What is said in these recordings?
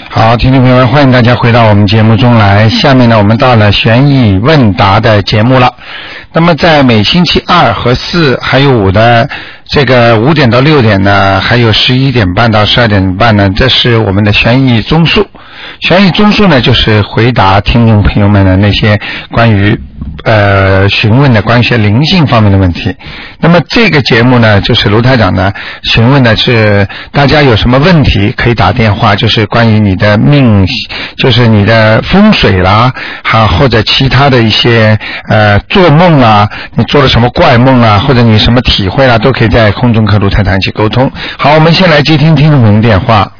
好，听众朋友们，欢迎大家回到我们节目中来。下面呢，我们到了悬疑问答的节目了。那么在每星期2和4还有5的这个5点到6点呢，还有11点半到12点半呢，这是我们的悬疑综述。悬疑综述呢，就是回答听众朋友们的那些关于询问的关于一些灵性方面的问题。那么这个节目呢，就是卢台长呢询问的是大家有什么问题可以打电话，就是关于你的命，就是你的风水啦，或者其他的一些做梦啊，你做了什么怪梦啊，或者你什么体会啊，都可以在空中和卢台长一起沟通。好，我们先来接听听众朋友电话。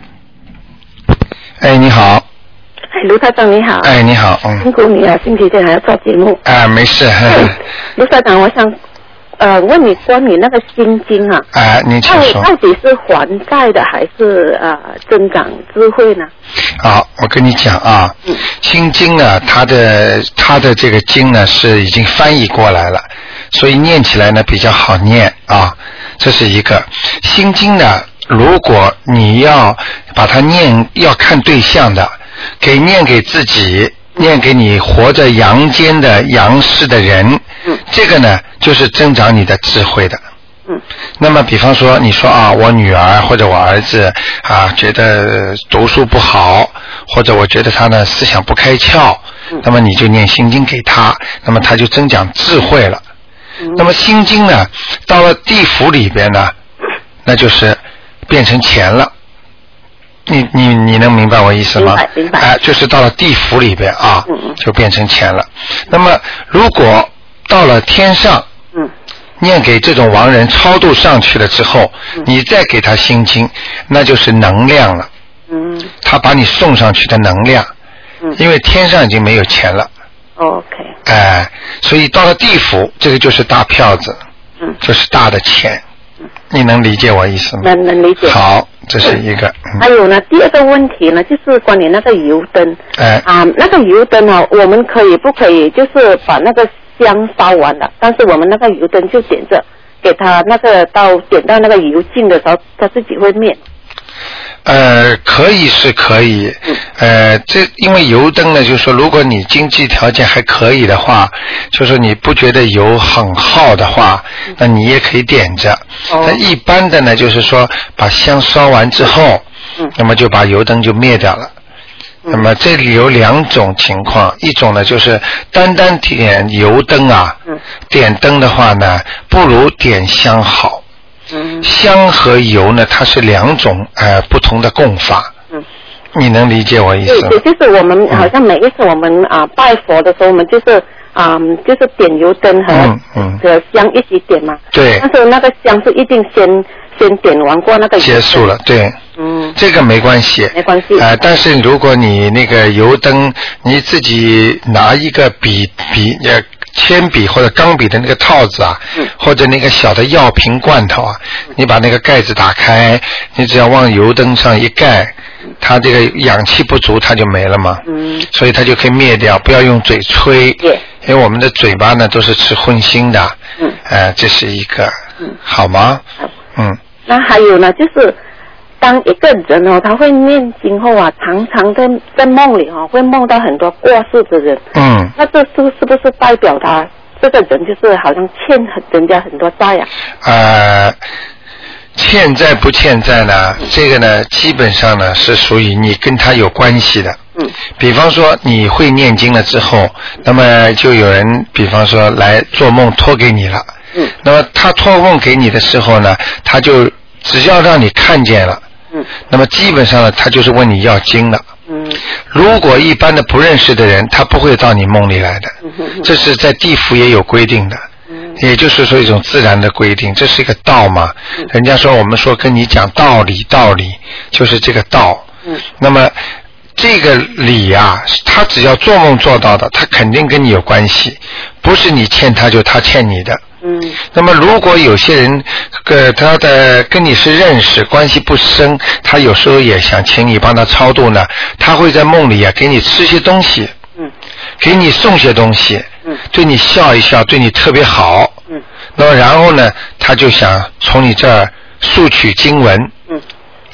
哎，你好。 卢台长你好。 哎，你好。 辛苦你啊，星期天还要做节目。 哎，没事。 卢台长，我想问你关于那个心经啊。 哎，你请说。 到底是还债的还是增长智慧呢？ 好，我跟你讲啊，心经呢，它的这个经呢是已经翻译过来了，所以念起来呢比较好念啊，这是一个。心经呢，如果你要把它念，要看对象的，念给自己，念给你活在阳间的阳世的人，这个呢就是增长你的智慧的。那么比方说你说啊，我女儿或者我儿子啊觉得读书不好，或者我觉得他呢思想不开窍，那么你就念心经给他，那么他就增长智慧了。那么心经呢到了地府里边呢，那就是变成钱了。你能明白我意思吗？ 明白。 哎，就是到了地府里边啊，就变成钱了。那么如果到了天上，念给这种亡人超度上去了之后，你再给他心经，那就是能量了。他把你送上去的能量，因为天上已经没有钱了。 OK。 哎，所以到了地府，这个就是大票子，就是大的钱。你能理解我意思吗？ 能理解。 好，这是一个。 还有呢，第二个问题呢，就是关于那个油灯。那个油灯啊，我们不可以就是把那个香烧完了，但是我们那个油灯就点着，给它那个点到那个油尽的时候，它自己会灭。 可以是可以，因为油灯呢，就是说，如果你经济条件还可以的话，就是你不觉得油很耗的话，那你也可以点着。但一般的呢，就是说把香烧完之后，那么就把油灯就灭掉了。那么这里有2种情况，一种呢就是单点油灯啊，点灯的话呢，不如点香好。香和油呢，它是2种不同的供法。你能理解我意思吗？ 对，就是我们好像每一次我们拜佛的时候，我们就是点油灯和香一起点嘛。对。但是那个香是一定先点完过那个油灯。结束了， 对。这个没关系。没关系。但是如果你那个油灯，你自己拿一个铅笔或者钢笔的那个套子啊，或者那个小的药瓶罐头啊，你把那个盖子打开，你只要往油灯上一盖，它这个氧气不足它就没了嘛。所以它就可以灭掉，不要用嘴吹，因为我们的嘴巴呢都是吃荤腥的。这是一个，好吗？ 那还有呢，就是当一个人他会念经后啊，常常在梦里会梦到很多过世的人。那这是不是代表他这个人就是好像欠人家很多债啊？ 欠债不欠债呢？这个呢，基本上呢是属于你跟他有关系的。比方说你会念经了之后，那么就有人比方说来做梦托给你了。那么他托梦给你的时候呢，他就只要让你看见了。那么基本上呢，他就是问你要经了。如果一般的不认识的人，他不会到你梦里来的。这是在地府也有规定的。也就是说一种自然的规定，这是一个道嘛。人家说我们说跟你讲道理就是这个道。那么这个理啊，他只要做梦做到的，他肯定跟你有关系，不是你欠他就他欠你的。那么如果有些人他的跟你是认识，关系不深，他有时候也想请你帮他超度呢，他会在梦里啊给你吃些东西，给你送些东西，对你笑一笑，对你特别好。那么然后呢，他就想从你这儿索取经文。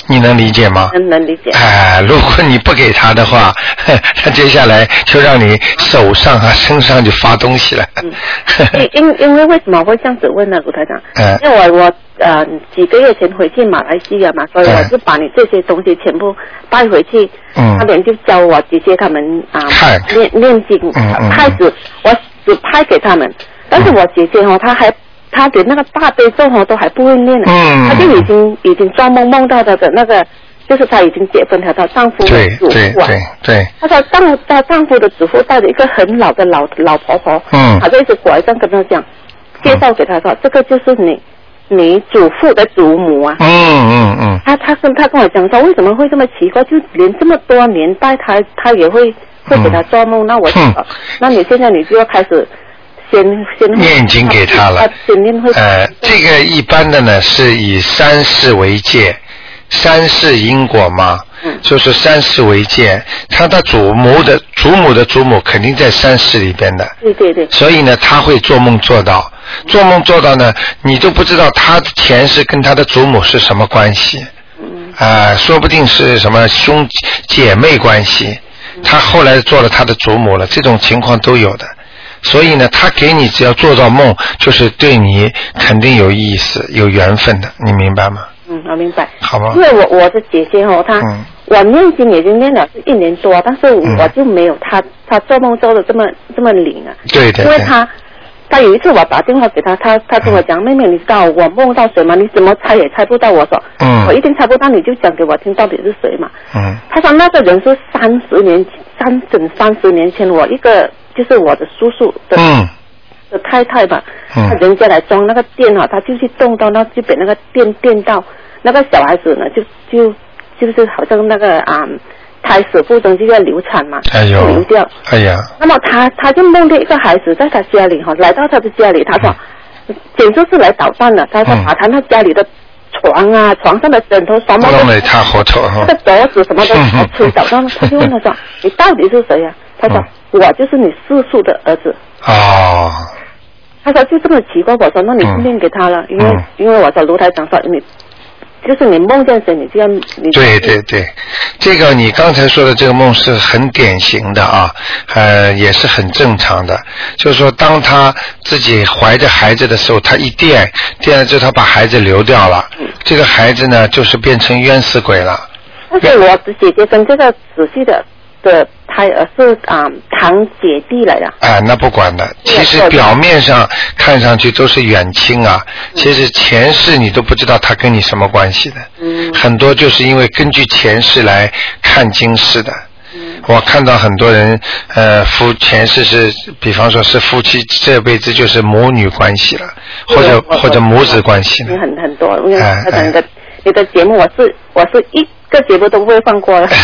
你能理解吗？ 能理解。 如果你不给他的话，他接下来就让你手上啊、身上就发东西了。 因为为什么会这样子问呢，卢台长？因为我几个月前回去马来西亚嘛，所以我就把你这些东西全部带回去。那边就教我姐姐他们念经。开始我只拍给他们，但是我姐姐她连那个大悲咒都还不会念呢。她就已经做梦到她的那个，就是她已经结婚，她丈夫的祖父啊。对。她说她丈夫的祖父带着一个很老的老婆婆，她就一直拐杖跟她讲，介绍给她说，这个就是你祖父的祖母啊。她跟我讲说，为什么会这么奇怪？就连这么多年代，她也会给她做梦。那我说，那你现在你就要开始。先念经给他了。这个一般的呢是以三世为界，三世因果嘛，就是三世为界。他的祖母的祖母肯定在三世里边的。 对。 所以呢，他会做梦做到呢，你都不知道他前世跟他的祖母是什么关系。说不定是什么兄姐妹关系，他后来做了他的祖母了，这种情况都有的。所以呢，他给你只要做到梦，就是对你肯定有意思、有缘分的，你明白吗？ 我明白。 好吗？ 因为我的姐姐我念经已经念了1年多，但是我就没有她做梦做的这么灵啊。 对。 因为她有一次我打电话给她，她跟我讲，妹妹，你知道我梦到谁吗？你怎么猜也猜不到。我说，我一定猜不到，你就讲给我听到底是谁嘛。她说那个人是整30年前我一个。就是我的叔叔的太太吧，人家来装那个电他就去动到，那就被那个电到，那个小孩子呢就是好像那个胎死腹中就要流产嘛，流掉。那么他就梦见一个孩子在他家里来到他的家里，他说简直是来捣蛋了，他说把他那家里的床上的枕头什么都弄得一塌糊涂， 那个脖子什么都吹倒，他就问他说你到底是谁呀？他说我就是你四叔的儿子。他说就这么奇怪，我说那你念给他了，因为我说卢台长说你梦见谁你就要你。 对，这个你刚才说的这个梦是很典型的啊，也是很正常的。就是说，当他自己怀着孩子的时候，他一电了之后，他把孩子流掉了，这个孩子呢就是变成冤死鬼了。 但是我姐姐跟这个仔细的胎儿是堂姐弟来的。 那不管的，其实表面上看上去都是远亲啊，其实前世你都不知道他跟你什么关系的。很多就是因为根据前世来看今世的。我看到很多人前世是比方说是夫妻，这辈子就是母女关系了，或者母子关系了。 很多，因为你的节目我是一个节目都不会放过了。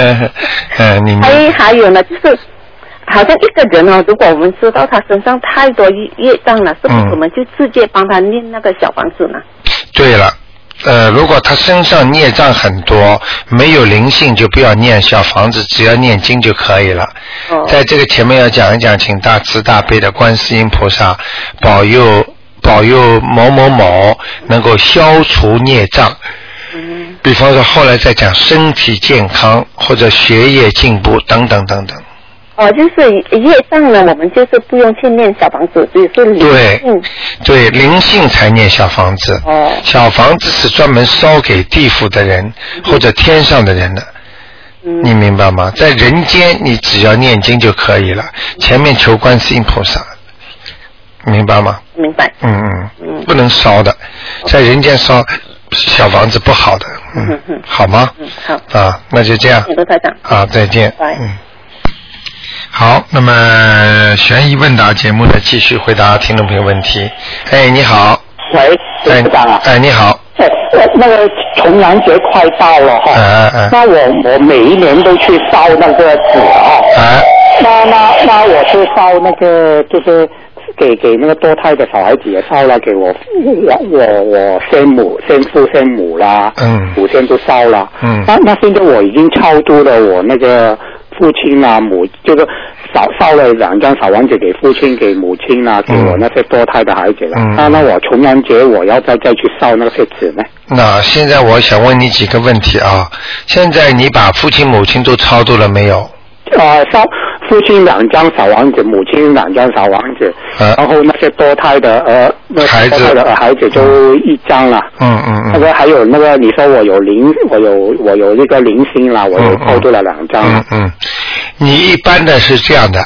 还有呢，就是好像一个人如果我们知道他身上太多业障了，是不是我们就直接帮他念那个小房子呢？对了，如果他身上孽障很多，没有灵性，就不要念小房子，只要念经就可以了。在这个前面要讲一讲，请大慈大悲的观世音菩萨保佑某某某能够消除孽障。比方说后来再讲身体健康或者学业进步等等等等。 就是业障呢，我们就是不用去念小房子，只是灵性。 对，灵性才念小房子。小房子是专门烧给地府的人或者天上的人的。你明白吗？在人间你只要念经就可以了，前面求观世音菩萨。明白吗？ 明白。 不能烧的，在人间烧小房子不好的。好吗？好。那就这样。 谢谢台长。 再见。好，那么悬疑问答节目呢，继续回答听众朋友问题。你好。 喂，台长啊。 你好。 那个重阳节快到了那我每一年都去烧那个纸那我是烧那个就是给那个堕胎的小孩子也烧了，给我先父先母啦，祖先都烧了。那现在我已经超度了我那个父亲啊这个烧了2张小王子给父亲、给母亲啊，给我那些堕胎的孩子了。那我重阳节我要再去烧那些纸呢？ 那现在我想问你几个问题啊。现在你把父亲、母亲都超度了没有？ 烧父亲2张小王子，母亲2张小王子，然后那些堕胎的孩子就1张了。那个还有那个你说我有那个灵性啦，我有超度了2张。 你一般的是这样的。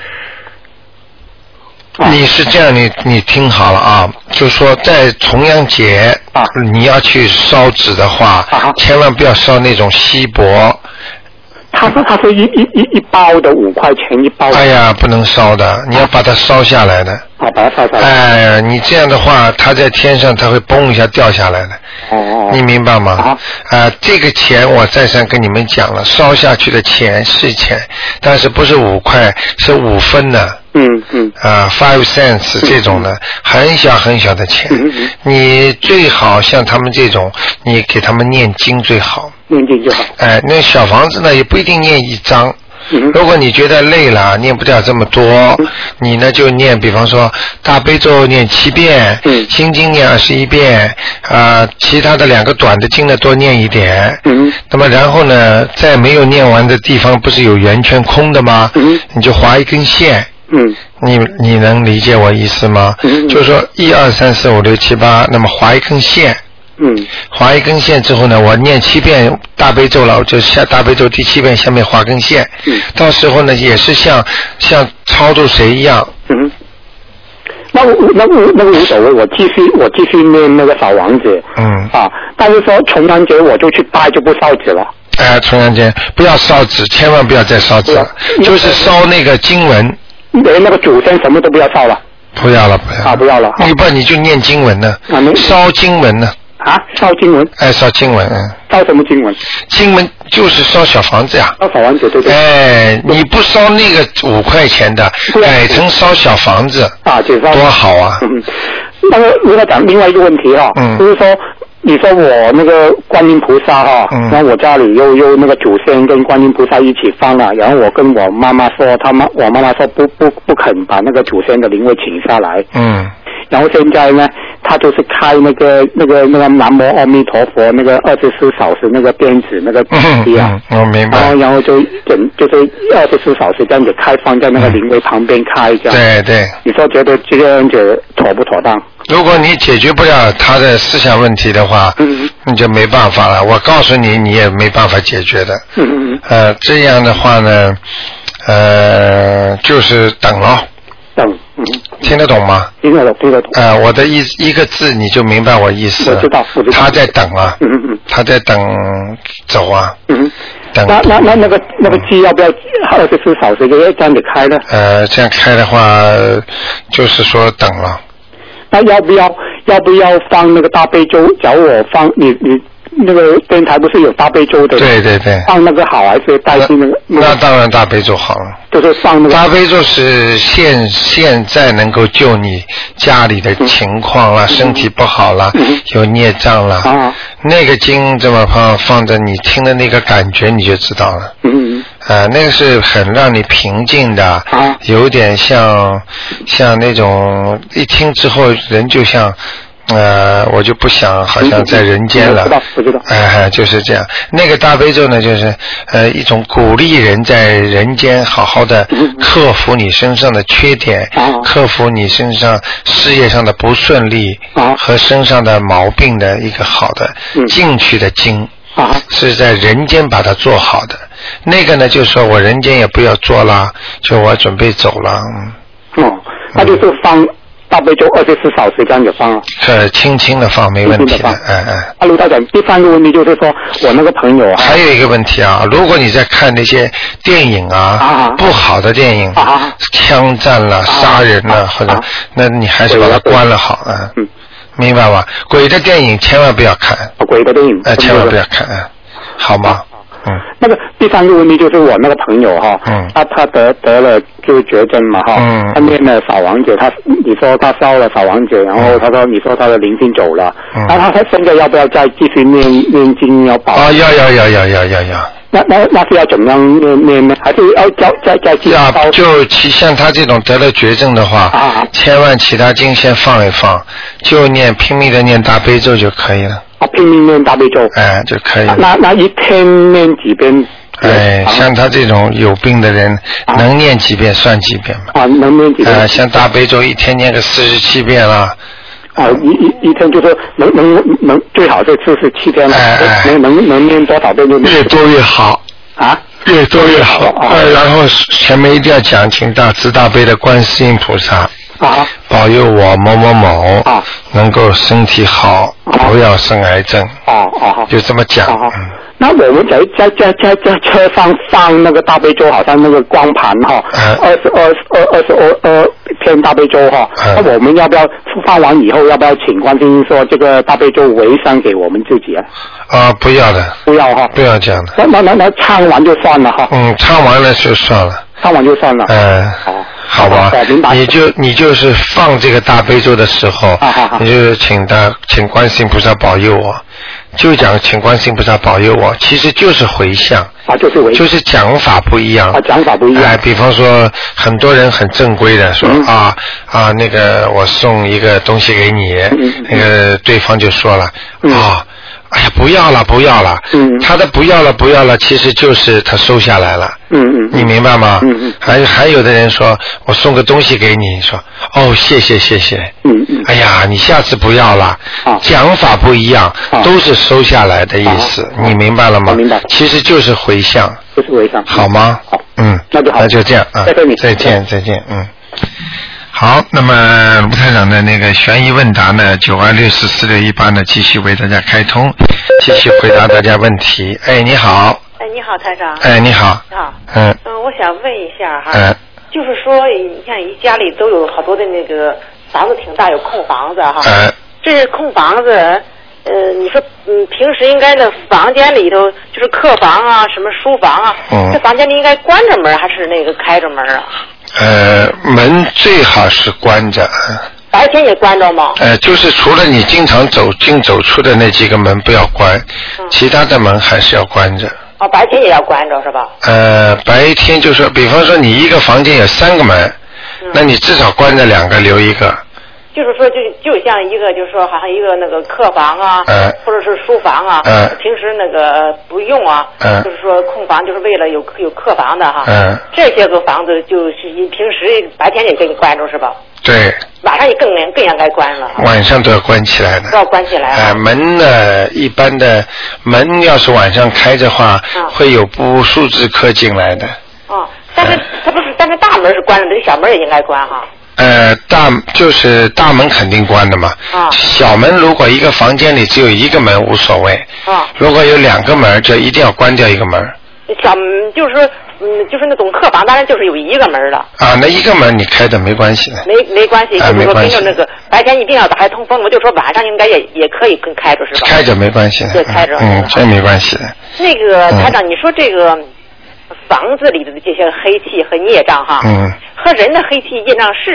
你是这样，你听好了啊，就是说在重阳节你要去烧纸的话，千万不要烧那种锡箔。 他说他是一包的5块钱一包的。 哎呀，不能烧的，你要把它烧下来的。 把它烧下来。 哎，你这样的话，它在天上它会嘣一下掉下来的。你明白吗？这个钱我再三跟你们讲了，烧下去的钱是钱，但是不是5块，是5分的。5 cents 这种的，很小很小的钱。你最好像他们这种，你给他们念经最好。 念经就好。 那小房子呢，也不一定念1张。如果你觉得累了，念不掉这么多，你呢就念，比方说大悲咒念7遍，心经念21遍，其他的2个短的经呢多念一点。那么然后呢，在没有念完的地方不是有圆圈空的吗？你就划一根线。你能理解我意思吗？就是说1、2、3、4、5、6、7、8，那么划一根线。划一根线之后呢，我念7遍大悲咒了，我就下大悲咒第7遍下面划根线。到时候呢，也是像超度谁一样。 那个无所谓，我继续念那个小王子。但是说重阳节我就去拜，就不烧纸了。 重阳节不要烧纸，千万不要再烧纸了，就是烧那个经文。 连那个祖先什么都不要烧了。 不要了。 不要了。 你就念经文呢，烧经文呢。 烧经文。 烧经文。 烧什么经文？ 经文就是烧小房子呀。 烧小房子，对。 你不烧那个5块钱的，改成烧小房子。多好啊。 那个如果讲另外一个问题就是说。你说我那个观音菩萨然后我家里又那个祖先跟观音菩萨一起放了，然后我跟我妈妈说，我妈妈说不肯把那个祖先的灵位请下来。然后现在呢，他就是开那个南无阿弥陀佛那个24小时那个电子那个机我明白。 然后就是24小时这样子开放在那个灵位旁边开这样。 对。 你说觉得这样子妥不妥当？ 如果你解决不了他的思想问题的话，你就没办法了。我告诉你，你也没办法解决的。这样的话呢，就是等了。听得懂吗？ 听得懂。 我的一个字你就明白我意思了。 我知道。 他在等啊。他在等走啊。等。 那个机要不要24小时这样子开呢？ 这样开的话，就是说等了。 那要不要放那个大悲咒？假如我放你那个电台不是有大悲咒的？ 对。 放那个好还是代替那个？ 那当然大悲咒好了。 就是放那个。 大悲咒是现在能够救你家里的情况啦，身体不好啦，有孽障啦。那个经这么放着，你听的那个感觉你就知道了。那个是很让你平静的，有点像那种一听之后人就像我就不想好像在人间了。 我知道。 就是这样。那个大悲咒呢，就是一种鼓励人在人间好好的克服你身上的缺点，克服你身上事业上的不顺利和身上的毛病的一个好的进去的经。是在人间把它做好的。那个呢，就说我人间也不要做了，就我准备走了。 那就是放大悲咒24小时这样子放了。 轻轻的放，没问题的。 卢台长，第3个问题就是说，我那个朋友还有一个问题啊，如果你在看那些电影不好的电影，枪战了、杀人了，或者那你还是把它关了好明白吧？鬼的电影千万不要看。 鬼的电影千万不要看，好吗？ 那个第3个问题就是我那个朋友他得了就是绝症嘛他念了小王子，你说他烧了小王子，然后你说他的灵性走了，他现在要不要再继续念经要保？ 要。 那是要怎么样念呢？还是要再继续烧？ 就像他这种得了绝症的话，千万其他经先放一放，就拼命的念大悲咒就可以了。 拼命念大悲咒， 就可以了。 那一天念几遍？ 像他这种有病的人，能念几遍算几遍嘛。 能念几遍？ 像大悲咒一天念个47遍了。 一天就是能最好是47天了。能念多少遍就越多越好啊，越多越好。然后前面一定要讲，请大慈大悲的观世音菩萨保佑我某某某能够身体好，不要生癌症。就这么讲。 那我们在车上放那个大悲咒，好像那个光盘22篇大悲咒那我们要不要放完以后，要不要请观世音说这个大悲咒为善给我们自己啊？ 不要的， 不要不要这样的。 那唱完就算了唱完了就算了。 唱完就算了。 好吧，你就是放这个大悲咒的时候，你就请观世音菩萨保佑我，就讲请观世音菩萨保佑我，其实就是回向就是讲法不一样讲法不一样。 比方说很多人很正规的说那个我送一个东西给你，那个对方就说了哎呀，不要了，他的不要了，其实就是他收下来了。你明白吗？还有的人说，我送个东西给你，说谢谢。哎呀，你下次不要了。讲法不一样，都是收下来的意思，你明白了吗？ 明白。 其实就是回向。 就是回向。 好吗？ 好。 那就这样啊。再见。好，那么卢台长的那个悬疑问答呢，92644618呢，继续为大家开通，继续回答大家问题。你好。 你好，台长。 你好。 你好。我想问一下就是说，你看一家里都有好多的那个房子挺大，有空房子这是空房子，你说平时应该的房间里头就是客房什么书房这房间里应该关着门还是那个开着门门最好是关着。 白天也关着吗？ 就是除了你经常走进走出的那几个门不要关，其他的门还是要关着。 白天也要关着是吧？ 白天就说，比方说你一个房间有3个门，那你至少关着2个，留1个。 就是说，就像一个，就是说，好像一个那个客房或者是书房平时那个不用就是说空房，就是为了有客房的这些个房子就是平时白天也给你关着是吧？ 对。 晚上也更应该关了。 晚上都要关起来的。 都要关起来门呢，一般的门要是晚上开的话，会有不速之客进来的。 但是但是大门是关着的，小门也应该关就是大门肯定关的嘛。小门如果一个房间里只有1个门无所谓。如果有2个门，就一定要关掉1个门。 小就是说就是那种客房，当然就是有1个门了。 那1个门你开的没关系的。 没关系，就是说跟着那个白天一定要打开通风。我就说晚上应该也可以跟开着是吧？ 开着没关系的。 对，开着。 这没关系的。 那个台长，你说这个房子里的这些黑气和孽障和人的黑气业障是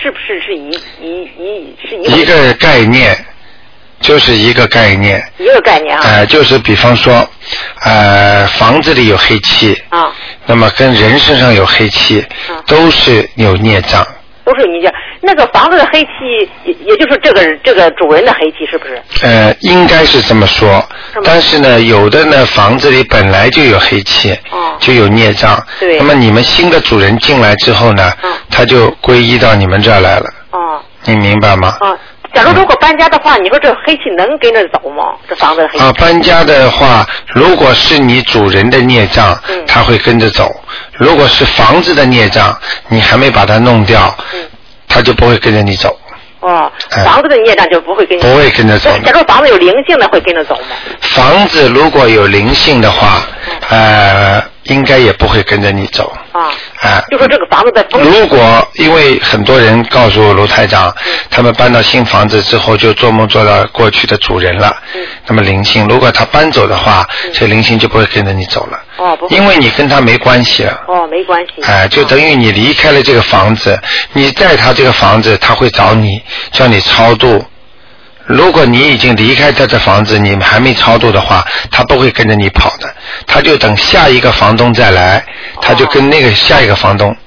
一个概念，就是一个概念。 一个概念就是比方说房子里有黑气那么跟人身上有黑气都是有孽障。 都是有孽障。那个房子的黑气也就是这个主人的黑气是不是？ 应该是这么说。但是呢，有的呢房子里本来就有黑气就有孽障。 对。 那么你们新的主人进来之后呢他就皈依到你们这儿来了。你明白吗？ 假如果搬家的话，你说这黑气能跟着走吗？这房子的黑气搬家的话，如果是你主人的孽障他会跟着走。如果是房子的孽障你还没把它弄掉他就不会跟着你走。 房子的孽障就不会跟着走。 假如房子有灵性的会跟着走吗？ 房子如果有灵性的话应该也不会跟着你走。 就说这个房子的如果因为很多人告诉卢台长他们搬到新房子之后就做梦做到过去的主人了那么灵性如果他搬走的话这灵性就不会跟着你走了。因为你跟他没关系了。 没关系。 就等于你离开了这个房子你在他这个房子他会找你叫你超度如果你已经离开他的房子，你还没超度的话，他不会跟着你跑的，他就等下一个房东再来，他就跟那个下一个房东。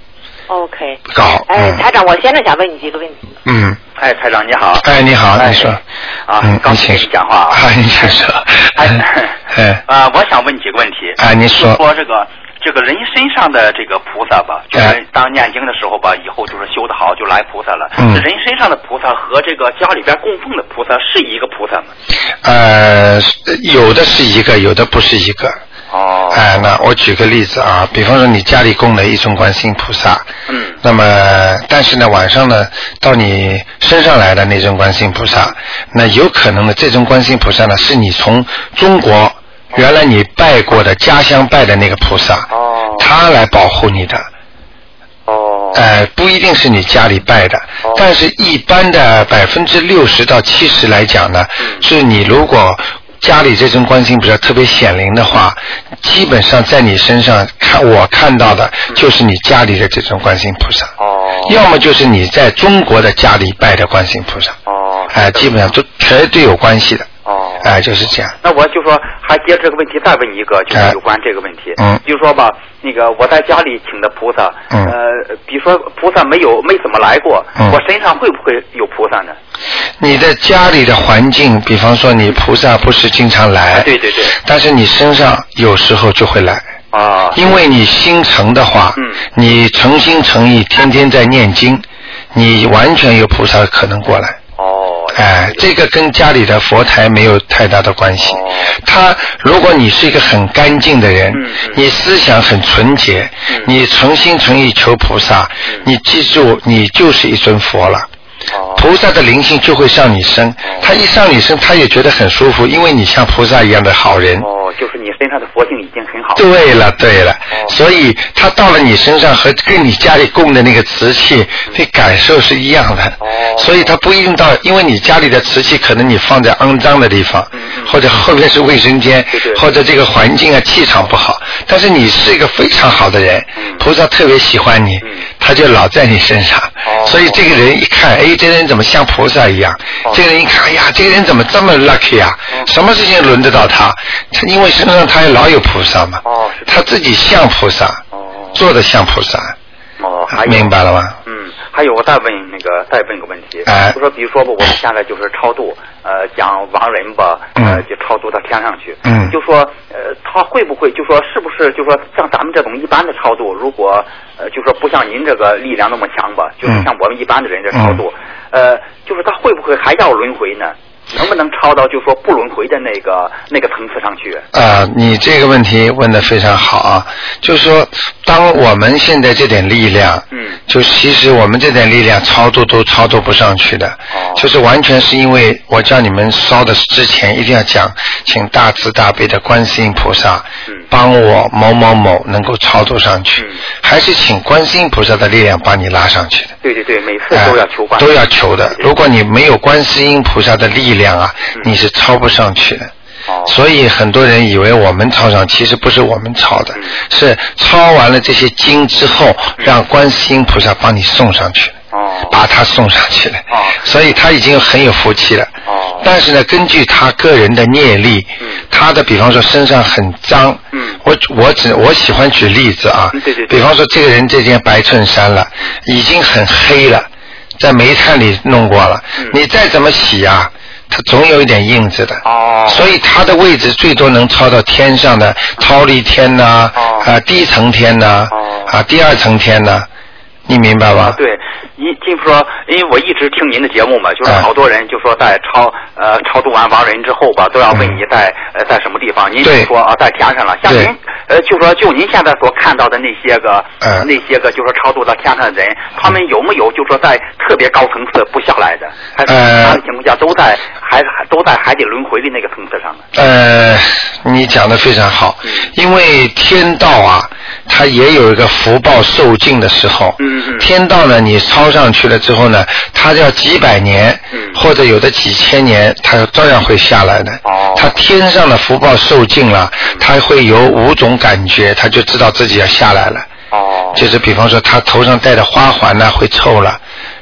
OK。 搞。 台长，我现在想问你几个问题。 台长你好。 你好，你说。 刚才跟你讲话啊。 你请说。 我想问几个问题。 你说。 说这个人身上的这个菩萨吧，就是当念经的时候吧，以后就是修得好就来菩萨了。人身上的菩萨和这个家里边供奉的菩萨是一个菩萨吗？ 有的是一个，有的不是一个。那我举个例子啊，比方说你家里供的一尊观世音菩萨，那么但是呢晚上呢到你身上来的那尊观世音菩萨，那有可能呢这尊观世音菩萨呢是你从中国原来你拜过的家乡拜的那个菩萨，他来保护你的。不一定是你家里拜的，但是一般的60%到70%来讲呢，是你如果家里这尊观世音菩萨特别显灵的话，基本上在你身上我看到的就是你家里的这尊观世音菩萨，要么就是你在中国的家里拜的观世音菩萨，基本上都绝对有关系的。就是这样。 那我就说还接着这个问题再问一个，就是有关这个问题。比如说吧，那个我在家里请的菩萨，比如说菩萨没怎么来过，我身上会不会有菩萨呢？ 你的家里的环境，比方说你菩萨不是经常来， 对， 但是你身上有时候就会来。因为你心诚的话，你诚心诚意天天在念经，你完全有菩萨可能过来。这个跟家里的佛台没有太大的关系。如果你是一个很干净的人，你思想很纯洁，你诚心诚意求菩萨，你记住你就是一尊佛了。菩萨的灵性就会上你身，他一上你身他也觉得很舒服，因为你像菩萨一样的好人。 就是你身上的佛性已经很好。 对了，所以他到了你身上和跟你家里供的那个瓷器那感受是一样的。所以他不一定到，因为你家里的瓷器可能你放在肮脏的地方，或者后面是卫生间，或者这个环境气场不好，但是你是一个非常好的人，菩萨特别喜欢你，他就老在你身上。所以这个人一看，这个人怎么像菩萨一样？这个人一看，这个人怎么这么 lucky 啊？什么事情轮得到他？因为身上他也老有菩萨嘛，他自己像菩萨，做的像菩萨。明白了吗？ 还有我再问个问题，就说比如说吧，我们现在就是超度，讲亡人吧，就超度到天上去，就说他会不会就说是不是就说像咱们这种一般的超度，如果就说不像您这个力量那么强吧，就是像我们一般的人这超度，就是他会不会还要轮回呢？能不能超到就说不轮回的那个层次上去？ 你这个问题问得非常好啊！就是说，当我们现在这点力量，就其实我们这点力量超度都超度不上去的，就是完全是因为我叫你们烧的之前一定要讲，请大慈大悲的观世音菩萨帮我某某某能够超度上去，还是请观世音菩萨的力量帮你拉上去的。 对，每次都要求都要求的。如果你没有观世音菩萨的力量啊，你是超不上去的。所以很多人以为我们超上，其实不是我们超的，是超完了这些经之后，让观世音菩萨帮你送上去，把他送上去了。所以他已经很有福气了。但是呢，根据他个人的业力，他的比方说身上很脏，我喜欢举例子啊，比方说这个人这件白衬衫了，已经很黑了，在煤炭里弄过了，你再怎么洗啊，它总有一点印子的。所以它的位置最多能超到天上的忉利天呐，第一层天呐，第二层天呐，你明白吧？ 对，就是说，因为我一直听您的节目嘛，就是好多人就说在超度完亡人之后吧，都要问你在什么地方，您就说在天上了。像您就说就您现在所看到的那些个就说超度到天上的人，他们有没有就说在特别高层次不下来的，还是其他的情况下都在还得轮回的那个层次上呢？ 你讲得非常好，因为天道啊，它也有一个福报受尽的时候。天道呢，你超上去了之后呢，它要几百年，或者有的几千年，它照样会下来的。它天上的福报受尽了，它会有5种感觉，它就知道自己要下来了。就是比方说，他头上戴的花环呢会臭了。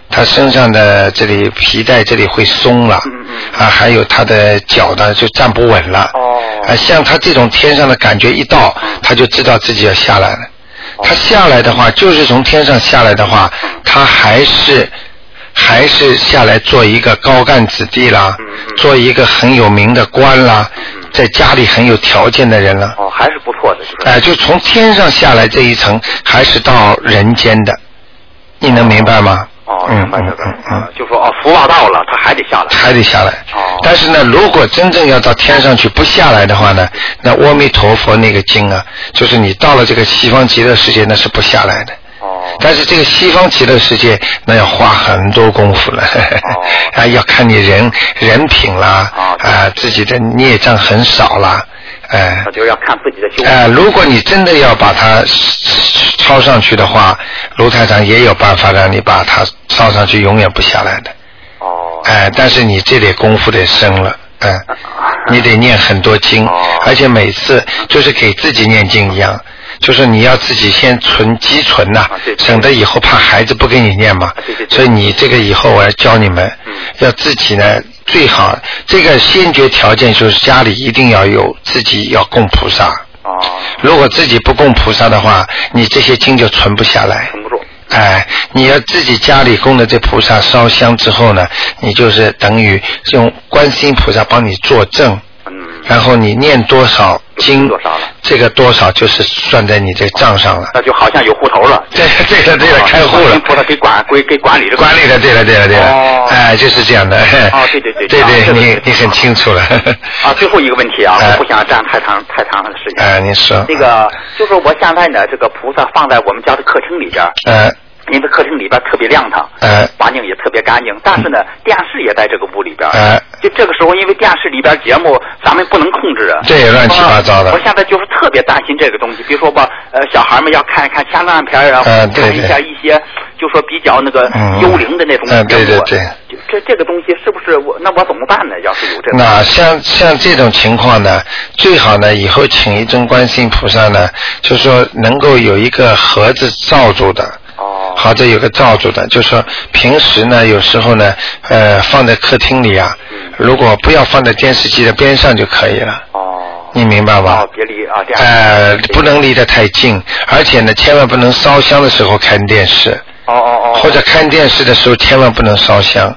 他身上的这里皮带这里会松了，还有他的脚呢就站不稳了。像他这种天上的感觉一到，他就知道自己要下来了。他下来的话，就是从天上下来的话，他还是下来做一个高干子弟啦，做一个很有名的官啦，在家里很有条件的人了。 还是不错的。 就从天上下来这一层，还是到人间的，你能明白吗？ 明白这个。就说福报到了，他还得下来。 还得下来。但是呢，如果真正要到天上去不下来的话呢，那阿弥陀佛那个经啊，就是你到了这个西方极乐世界，那是不下来的。但是这个西方极乐世界那要花很多功夫了，要看你人品啦，自己的孽障很少啦， 就要看自己的修行。 如果你真的要把它抄上去的话，卢台长也有办法让你把它抄上去，永远不下来的。但是你这点功夫得深了，你得念很多经，而且每次就是给自己念经一样。就是你要自己先积存呐，省得以后怕孩子不给你念嘛。所以你这个以后我要教你们，要自己呢最好这个先决条件就是家里一定要有自己要供菩萨。如果自己不供菩萨的话，你这些经就存不下来。 存不住。 你要自己家里供的这菩萨烧香之后呢，你就是等于用观世音菩萨帮你作证。然后你念多少经，这个多少就是算在你这账上了。 那就好像有户头了。 对了，开户了。 菩萨给管理的。 管理的，对了。就是这样的。对，你很清楚了。 最后一个问题啊，我不想占太长的时间。 您说。 那个就是我现在呢，这个菩萨放在我们家的客厅里边。因为客厅里边特别亮堂，环境也特别干净，但是呢，电视也在这个屋里边。就这个时候，因为电视里边节目咱们不能控制啊， 这也乱七八糟的。 我现在就是特别担心这个东西，比如说吧，小孩们要看一看枪战片啊，看一下一些就说比较那个幽灵的那种节目。对。这个东西是不是我怎么办呢？要是有这个。 那像这种情况呢，最好呢以后请一尊观世音菩萨呢，就说能够有一个盒子罩住的。好的，有个罩住的，就是说平时呢，有时候呢，放在客厅里啊，如果不要放在电视机的边上就可以了。你明白吗？ 别离不能离得太近，而且呢，千万不能烧香的时候看电视。或者看电视的时候千万不能烧香。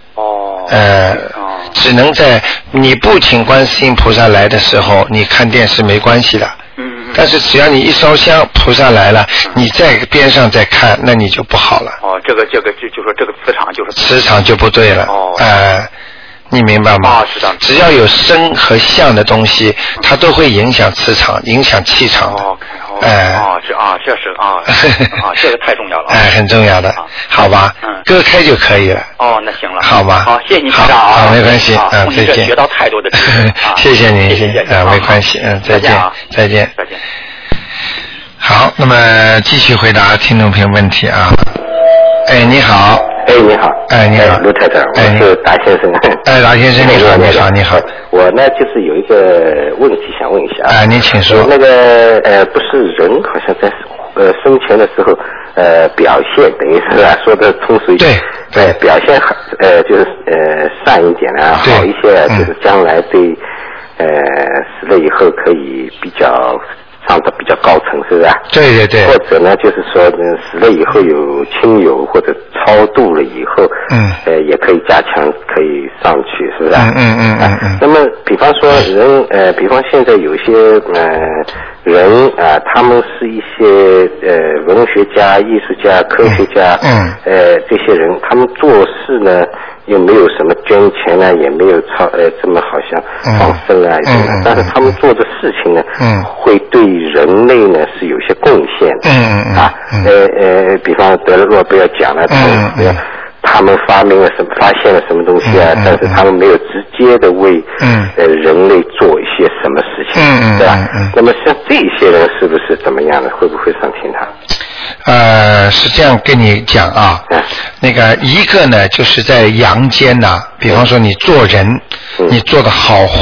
只能在你不请观世音菩萨来的时候，你看电视没关系的。但是只要你一烧香，菩萨来了，你在边上再看，那你就不好了。 这个就说这个磁场就不对了。你明白吗？ 是的。 只要有声和相的东西，它都会影响磁场，影响气场的。 这是这个太重要了。 很重要的，好吧？割开就可以了。 那行了。 好吧。 好，谢谢您，台长啊。 好，没关系。再见。 学到太多的知识。 谢谢您，没关系。再见。再见。好，那么继续回答听众朋友问题啊。你好。 你好。 你好， 卢台长，我是达先生。 达先生，你好。 我呢就是有一个问题想问一下。 您请说。 那个不是人好像在生前的时候表现，等于是说的通俗一点。对。表现好就是善一点啊，好一些，就是将来对死了以后可以比较。上到比较高层，是不是？对。或者呢，就是说，死了以后有亲友或者超度了以后，也可以加强，可以上去，是不是？那么，比方说人，比方现在有些人啊，他们是一些文学家、艺术家、科学家，这些人，他们做事呢。又没有什么捐钱啊，也没有这么好像放生啊，但是他们做的事情呢，会对人类呢是有些贡献的。比方得了诺贝尔奖了，他们发现了什么东西啊，但是他们没有直接的为人类做一些什么事情，对吧？那么像这些人是不是怎么样的？会不会上天堂？ 是这样跟你讲啊，那个一个呢，就是在阳间呐，比方说你做人，你做的好坏，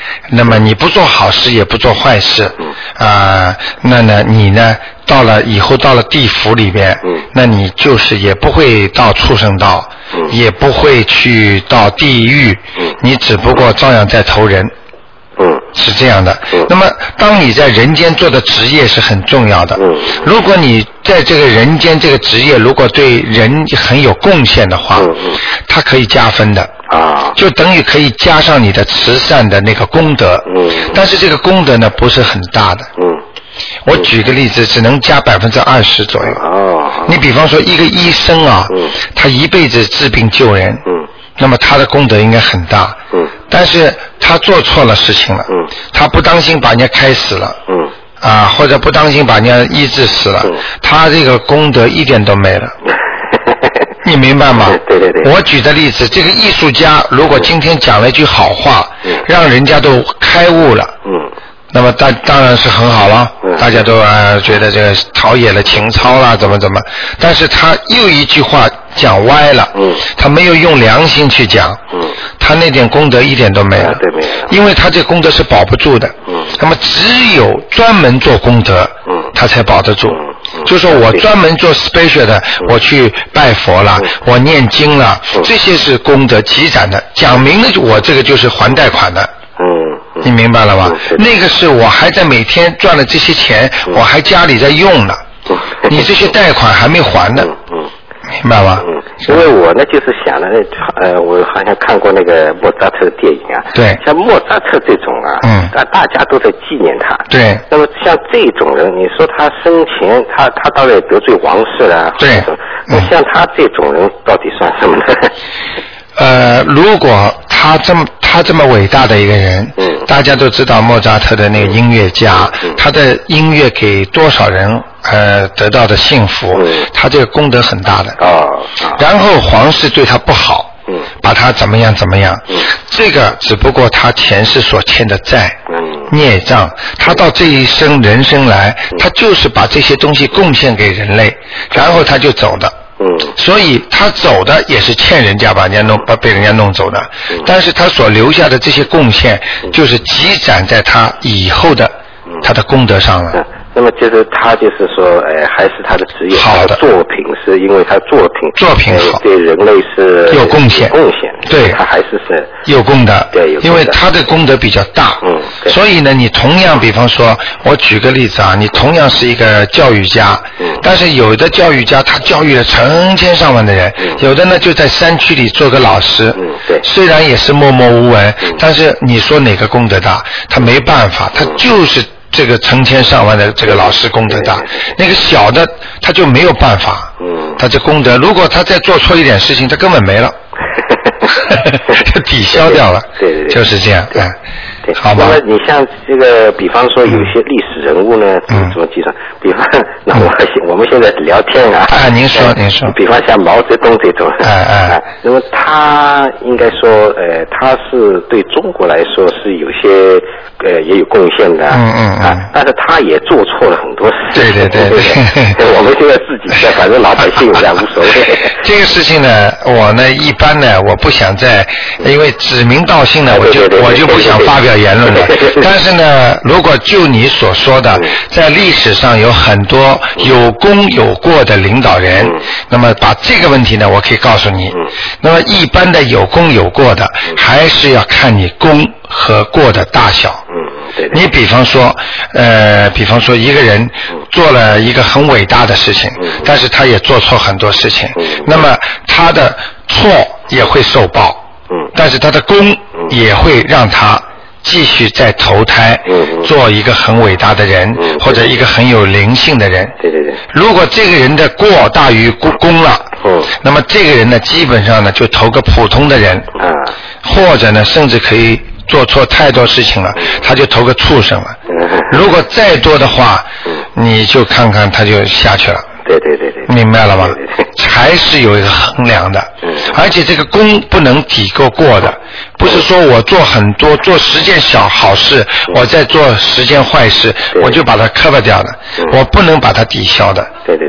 那么你不做好事也不做坏事，那呢你呢到了以后到了地府里边，那你就是也不会到畜生道，也不会去到地狱，你只不过照样在投人。是这样的。那么当你在人间做的职业是很重要的，如果你在这个人间这个职业如果对人很有贡献的话，它可以加分的，就等于可以加上你的慈善的那个功德，但是这个功德呢不是很大的。我举个例子，只能加20%左右。你比方说一个医生啊，他一辈子治病救人，那么他的功德应该很大，但是他做错了事情了，他不当心把人家开死了，或者不当心把人家医治死了，他这个功德一点都没了。你明白吗？ 对对对。 我举的例子，这个艺术家如果今天讲了一句好话，让人家都开悟了，那么当然是很好了，大家都觉得这个陶冶了情操啦，怎么，但是他又一句话讲歪了，他没有用良心去讲，他那点功德一点都没了， 对，没有， 因为他这功德是保不住的，那么只有专门做功德，他才保得住。就说我专门做 special 的，我去拜佛了，我念经了，这些是功德积攒的，讲明了我这个就是还贷款的。你明白了吗？那个是我还在每天赚了这些钱，我还家里在用呢，你这些贷款还没还呢，明白吗？ 因为我呢就是想了，我好像看过那个莫扎特的电影啊， 对， 像莫扎特这种啊，大家都在纪念他， 对。 那么像这种人，你说他生前他到底得罪王室了， 对， 那像他这种人到底算什么呢？ 如果他这么伟大的一个人，大家都知道莫扎特的那个音乐家，他的音乐给多少人得到的幸福，他这个功德很大的。然后皇室对他不好，把他怎么样，这个只不过他前世所欠的债，孽障，他到这一生人生来，他就是把这些东西贡献给人类，然后他就走的。所以他走的也是欠人家被人家弄走的，但是他所留下的这些贡献就是积攒在他以后的他的功德上了。 那么就是他就是说，还是他的职业， 好的作品是因为他作品好，对人类是有贡献，对， 他还是有功德， 对， 因为他的功德比较大，所以呢，你同样，比方说，我举个例子啊，你同样是一个教育家，但是有的教育家他教育了成千上万的人，有的呢就在山区里做个老师， 对， 虽然也是默默无闻，但是你说哪个功德大？他没办法，他就是这个成千上万的这个老师功德大，那个小的他就没有办法，他这功德如果他再做错一点事情，他根本没了，就抵消掉了， 对， 就是这样， 对， 好吧。 那么你像这个，比方说有些历史人物呢，怎么计算？比方，那我们现在聊天啊， 您说。 比方像毛泽东这种，那么他应该说，他是对中国来说是有些也有贡献的，但是他也做错了很多事情，对，我们现在自己反正老百姓也无所谓。 这个事情呢，我呢一般呢，我不想因为指名道姓呢，我就不想发表言论了。但是呢，如果就你所说的，在历史上有很多有功有过的领导人，那么把这个问题呢，我可以告诉你。那么一般的有功有过的，还是要看你功和过的大小。你比方说一个人做了一个很伟大的事情，但是他也做错很多事情，那么他的错也会受报，但是他的功也会让他继续再投胎，做一个很伟大的人，或者一个很有灵性的人。 对。 如果这个人的过大于功了，那么这个人呢，基本上呢就投个普通的人，或者呢，甚至可以做错太多事情了，他就投个畜生了。如果再多的话，你就看看他就下去了。 对， 明白了吗？还是有一个衡量的，而且这个功不能抵过的，不是说我做很多做10件好事，我再做10件坏事，我就把它cover掉的，我不能把它抵消的。 对。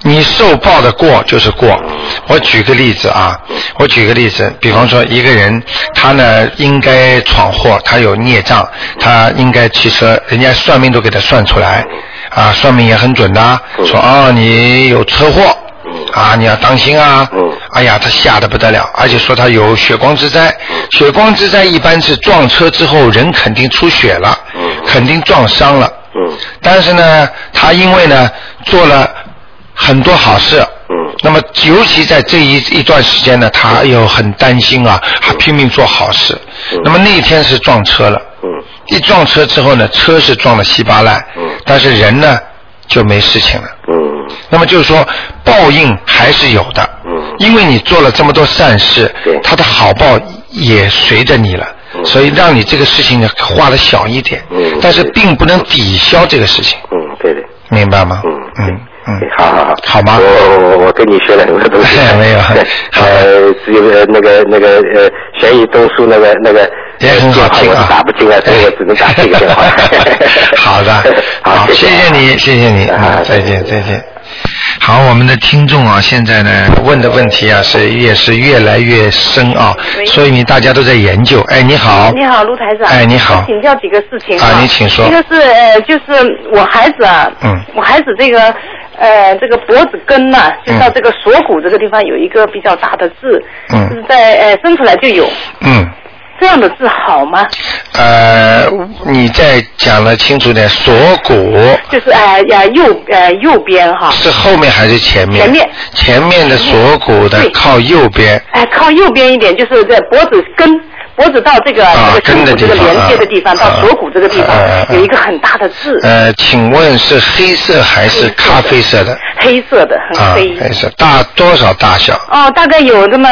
你受报的过就是过。我举个例子啊，比方说一个人他呢应该闯祸，他有孽障，他应该汽车，人家算命都给他算出来啊，算命也很准的，说啊你有车祸啊，你要当心啊。哎呀，他吓得不得了，而且说他有血光之灾。血光之灾一般是撞车之后人肯定出血了，肯定撞伤了。但是呢，他因为呢做了很多好事，那么尤其在这一段时间呢，他又很担心啊，他拼命做好事。那么那天是撞车了，一撞车之后呢，车是撞得稀巴烂，但是人呢就没事情了。那么就是说报应还是有的，因为你做了这么多善事，他的好报也随着你了，所以让你这个事情呢花的小一点，但是并不能抵消这个事情。 对的， 明白吗？好吗？ 我跟你学了很多东西。 没有。 只有那个悬疑东书那个也很好听啊， 打不进来，所以我只能打这个电话。 好的，好，谢谢你，再见。好，我们的听众啊，现在呢问的问题啊也是越来越深啊，所以大家都在研究。哎，你好。 你好，卢台长。 哎，你好。 请教几个事情啊，你请说。 一个是就是我孩子啊，我孩子这个脖子根呐，就到这个锁骨这个地方有一个比较大的痣，就是在生出来就有。这样的痣好吗？ 你再讲得清楚点，锁骨就是右边哈。 是后面还是前面？前面的锁骨的靠右边。 靠右边一点，就是在脖子到这个根的这个连接的地方，到锁骨这个地方有一个很大的痣。 请问是黑色还是咖啡色的？ 黑色的，很黑。 黑色，多少大小？ 大概有这么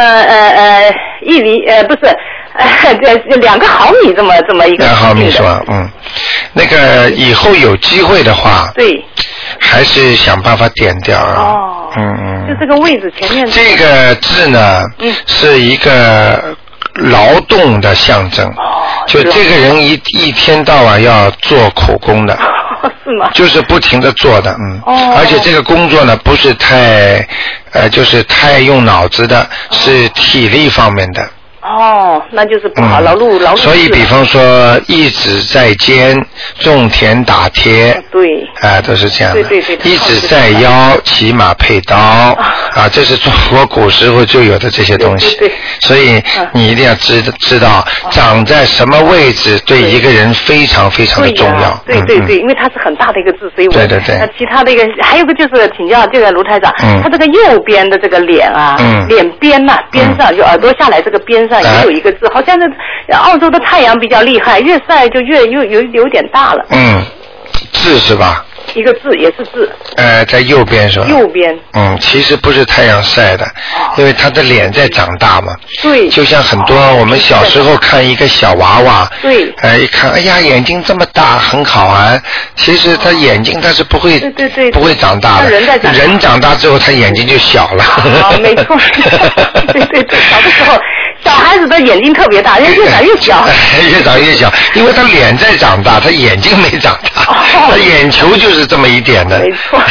1厘不是。2毫米这么一个。2 毫米是吧？那个以后有机会的话， 对， 还是想办法点掉啊。 就这个位置前面。 这个痣呢，是一个劳动的象征，就这个人一天到晚要做苦工的。 是吗？ 就是不停的做的，而且这个工作呢不是太就是太用脑子的，是体力方面的。 那就是不好，劳碌。 所以比方说一指在肩，种田打铁， 对， 都是这样的。 对。 一指在腰，骑马配刀，这是中国古时候就有的这些东西。对。所以你一定要知道长在什么位置对一个人非常非常的重要。 对，因为它是很大的一个痣，所以我。 对。 其他的一个还有个就是请教这个卢台长，他这个右边的这个脸啊，脸边呐，边上就耳朵下来这个边上。也有一个痣，好像是澳洲的太阳比较厉害，越晒就越有点大了。痣是吧？一个痣也是痣。 在右边是吧？ 右边。 其实不是太阳晒的，因为他的脸在长大嘛。 对。 就像很多我们小时候看一个小娃娃， 对。 一看，哎呀，眼睛这么大，很好玩。其实他眼睛他是不会， 对， 不会长大的。人长大之后，他眼睛就小了。 没错。对，小的时候。小孩子的眼睛特别大，人家越长越小。 越长越小，因为他脸在长大，他眼睛没长大，他眼球就是这么一点的。 没错。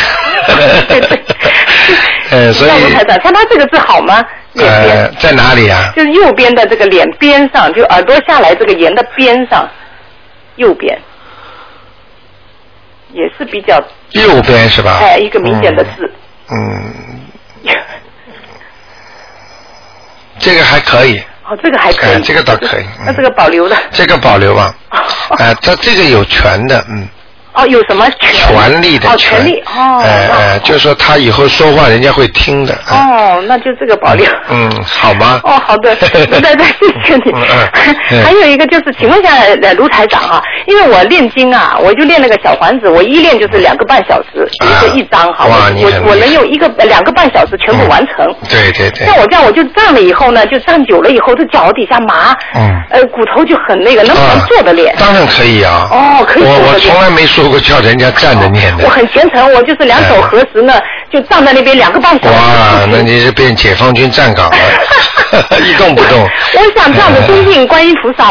对。所以。 像他这个痣好吗？ 在哪里啊？ 就是右边的这个脸边上，就耳朵下来这个沿的边上，右边也是比较。 右边是吧？ 一个明显的痣。 这个还可以。 这个还可以。 这个倒可以。 那这个保留的。 这个保留吧。它这个有权的， 有什么权利的权？ 权利就是说他以后说话人家会听的。 那就这个保留。 好吗？ 好的，对，谢谢你。还有一个就是，请问一下卢台长啊，因为我练经啊，我就练那个小环子，我一练就是2个半小时，一张哈，我能用2个半小时全部完成。 对。 像我这样，我就站了以后呢，就站久了以后，这脚底下麻，骨头就很那个，能不能坐着练？ 当然可以啊。 可以坐着练。 我从来没说过叫人家站着念的。 我很虔诚，我就是2手合十呢，就站在那边2个半小时。 哇，那你是变解放军站岗了，一动不动。 我想这样的尊敬观音菩萨嘛。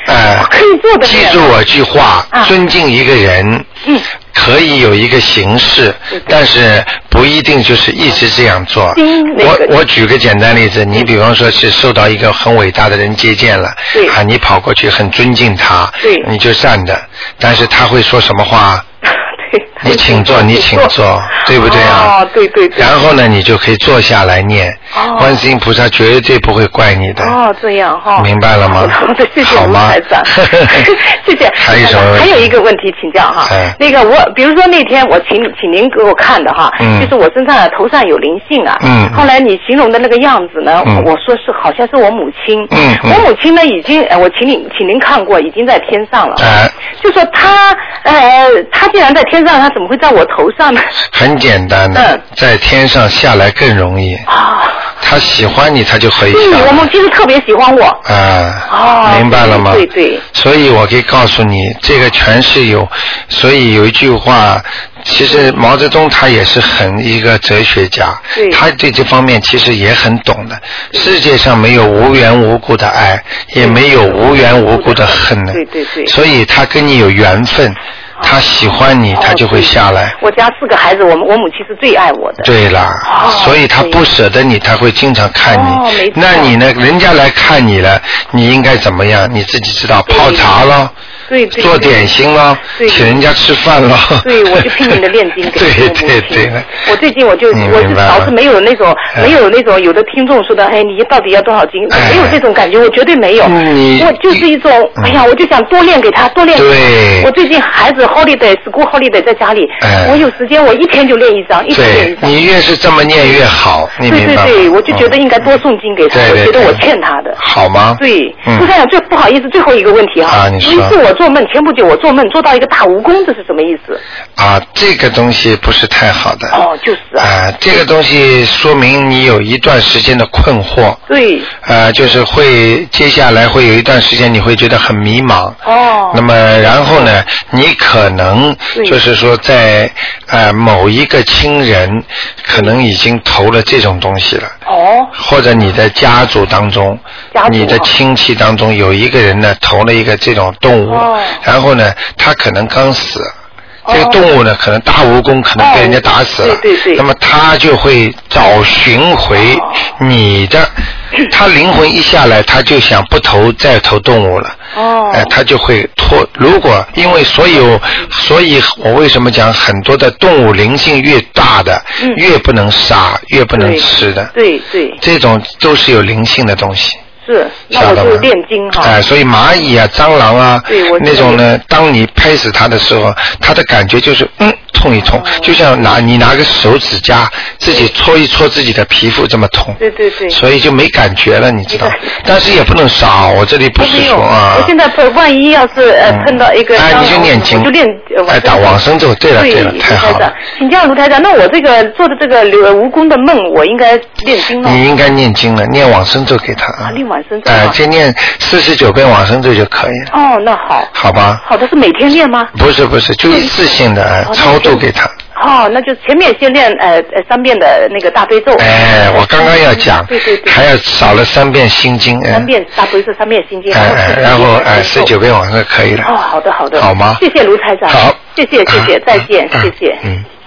可以做的。 记住我句话，尊敬一个人。可以有一个形式，但是不一定就是一直这样做。我举个简单例子，你比方说是受到一个很伟大的人接见了，你跑过去很尊敬他，你就站着，但是他会说什么话？你请坐，你请坐，对不对啊？ 对。 然后呢，你就可以坐下来念，观世音菩萨绝对不会怪你的。 这样哈。明白了吗？ 好的，谢谢卢台长。谢谢。 还有什么？ 还有一个问题请教哈。那个我，比如说那天我请您给我看的哈，就是我身上头上有灵性啊。后来你形容的那个样子呢，我说是好像是我母亲。我母亲呢已经，我请您看过，已经在天上了。就说她既然在天上，她怎么会在我头上呢？ 很简单的，在天上下来更容易。他喜欢你，他就可以下来。 我母亲是特别喜欢我。 明白了吗？ 对。 所以我可以告诉你，这个全是有。所以有一句话，其实毛泽东他也是一个哲学家，他对这方面其实也很懂的。世界上没有无缘无故的爱，也没有无缘无故的恨的。 对。 所以他跟你有缘分。他喜欢你，他就会下来。 我家4个孩子，我母亲是最爱我的。 对啦，所以他不舍得你，他会经常看你。那你呢？人家来看你了，你应该怎么样？你自己知道，泡茶咯。 对， 做点心咯，请人家吃饭咯。 对，我就拼命的念经给对。我最近我就导致没有那种有的听众说的，你到底要多少斤？没有这种感觉，我绝对没有。我就是一种，我就想多练给他，多练。 对。 我最近孩子 school holiday 在家里，我有时间我一天就练一张，一天练一张。 你越是这么念越好，你明白吗？ 对，我就觉得应该多诵经给他，我觉得我欠他的。 好吗？ 对。朱台长，最不好意思，最后一个问题哈。 你说。 有一次我做梦，前不久我做梦做到一个大蜈蚣，这是什么意思？ 这个东西不是太好的。 就是这个东西说明你有一段时间的困惑。 对。 就是接下来会有一段时间你会觉得很迷茫。那么然后呢，你可能就是说在某一个亲人可能已经投了这种东西了。或者你的家族当中，你的亲戚当中有一个人呢投了一个这种动物，然后呢他可能刚死。这个动物呢，可能大蜈蚣可能被人家打死了，那么他就会找寻回你的，他灵魂一下来，他就想不再投动物了，他就会如果因为所以我为什么讲很多的动物灵性越大的，越不能杀，越不能吃的， 对， 这种都是有灵性的东西。 是，那我就练经哈。 所以蚂蚁啊、蟑螂啊，那种呢，当你拍死它的时候，它的感觉就是痛一痛，就像你拿个手指甲自己搓一搓自己的皮肤这么痛。 对。 所以就没感觉了，你知道。但是也不能杀，我这里不是说我现在万一要是碰到一个你就念经， 我就练打往生咒。对了，太好了。 请教卢台长，那我这个做的这个蜈蚣的梦，我应该念经吗？ 你应该念经了，念往生咒给他念往生咒。 就念49遍往生咒就可以了。 那好。 好吧。 好的，是每天念吗？ 不是，就一次性的超度给他。 那就前面先练3遍的那个大悲咒。 我刚刚要讲。 对。 还要少了3遍心经。 3遍大悲咒，3遍心经。 然后19遍往生可以了。 好的。 好吗？ 谢谢卢台长。 好。 谢谢，再见，谢谢。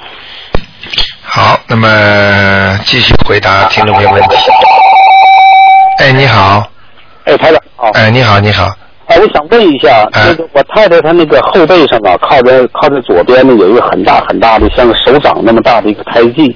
好，那么继续回答听众朋友问题。你好。 台长好。 你好。 我想问一下，我太太她那个后背上靠在左边呢，有一个很大的像手掌那么大的一个胎记。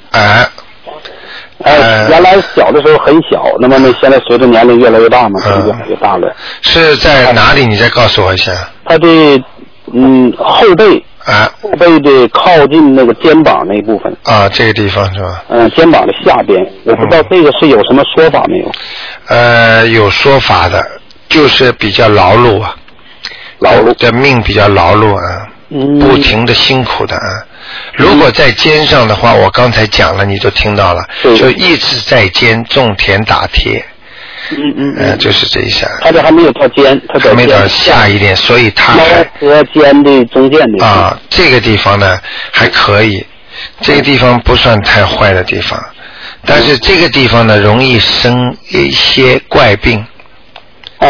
原来小的时候很小，那么现在随着年龄越来越大嘛，越来越大了。 是在哪里？你再告诉我一下。 她的后背。后背的靠近那个肩膀那一部分。 这个地方是吧？ 肩膀的下边，我不知道这个是有什么说法没有？ 有说法的，就是比较劳碌啊，的命比较劳碌啊，不停的辛苦的啊。如果在肩上的话，我刚才讲了，你都听到了，就一直在肩种田打铁。就是这一下。 他这还没有到肩，他还没到下一点，所以他腰和肩的中间的。 这个地方呢还可以，这个地方不算太坏的地方，但是这个地方呢容易生一些怪病。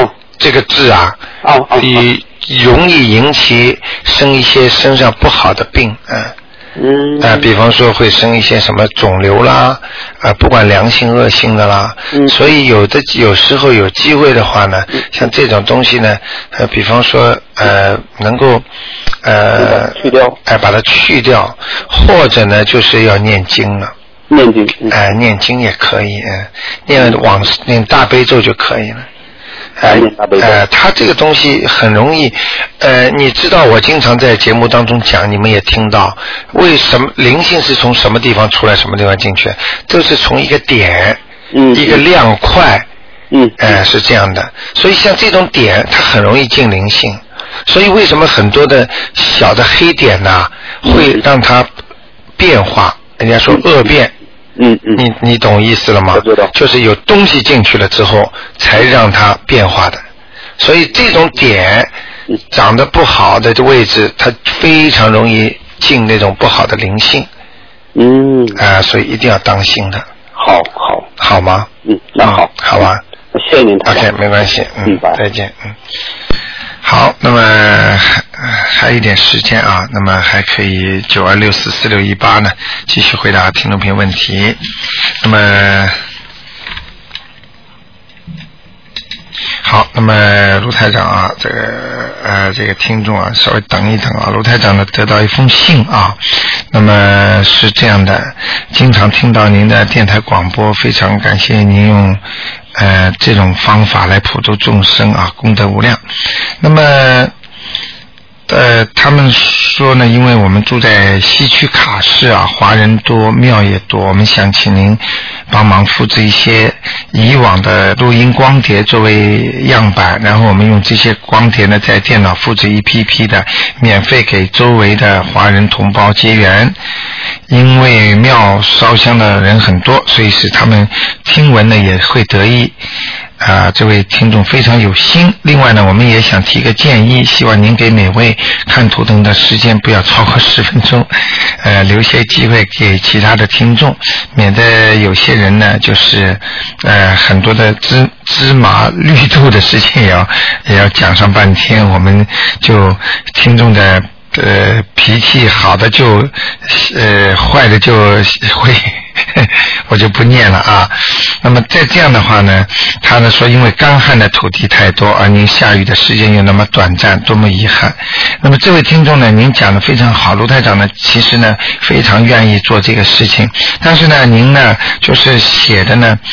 这个痣啊，容易引起生一些身上不好的病，比方说会生一些什么肿瘤啦，不管良性恶性的啦，所以有时候有机会的话呢，像这种东西呢，比方说能够去掉， 把它去掉，或者呢就是要念经了。 念经， 念经也可以，念大悲咒就可以了。它这个东西很容易，你知道我经常在节目当中讲，你们也听到，为什么灵性是从什么地方出来，什么地方进去，都是从一个点，一个亮块，是这样的。所以像这种点，它很容易进灵性。所以为什么很多的小的黑点呢，会让它变化？人家说恶变。你懂意思了吗？就是有东西进去了之后才让它变化的，所以这种点长得不好的位置，它非常容易进那种不好的灵性。所以一定要当心的。好吗？ 那好吧。 谢谢您。 OK， 没关系。再见。好，那么还有一点时间啊，那么还可以92644618呢，继续回答听众朋友问题。那么好，那么卢台长啊，这个听众啊，稍微等一等啊，卢台长呢得到一封信啊，那么是这样的，经常听到您的电台广播，非常感谢您用这种方法来普度众生啊，功德无量。那么他们说呢，因为我们住在西区卡市啊，华人多，庙也多，我们想请您帮忙复制一些以往的录音光碟作为样板，然后我们用这些光碟呢，在电脑复制一批批的，免费给周围的华人同胞结缘。因为庙烧香的人很多，所以使他们听闻呢也会得益。这位听众非常有心。另外呢，我们也想提个建议，希望您给每位看图腾的时间不要超过10分钟，留些机会给其他的听众，免得有些人呢就是很多的芝麻绿豆的事情也要讲上半天，我们就听众的脾气好的就坏的就会我就不念了啊。那么在这样的话呢，他呢说因为干旱的土地太多，而您下雨的时间又那么短暂，多么遗憾。那么这位听众呢，您讲的非常好，卢台长呢其实呢非常愿意做这个事情，但是呢您呢就是写的那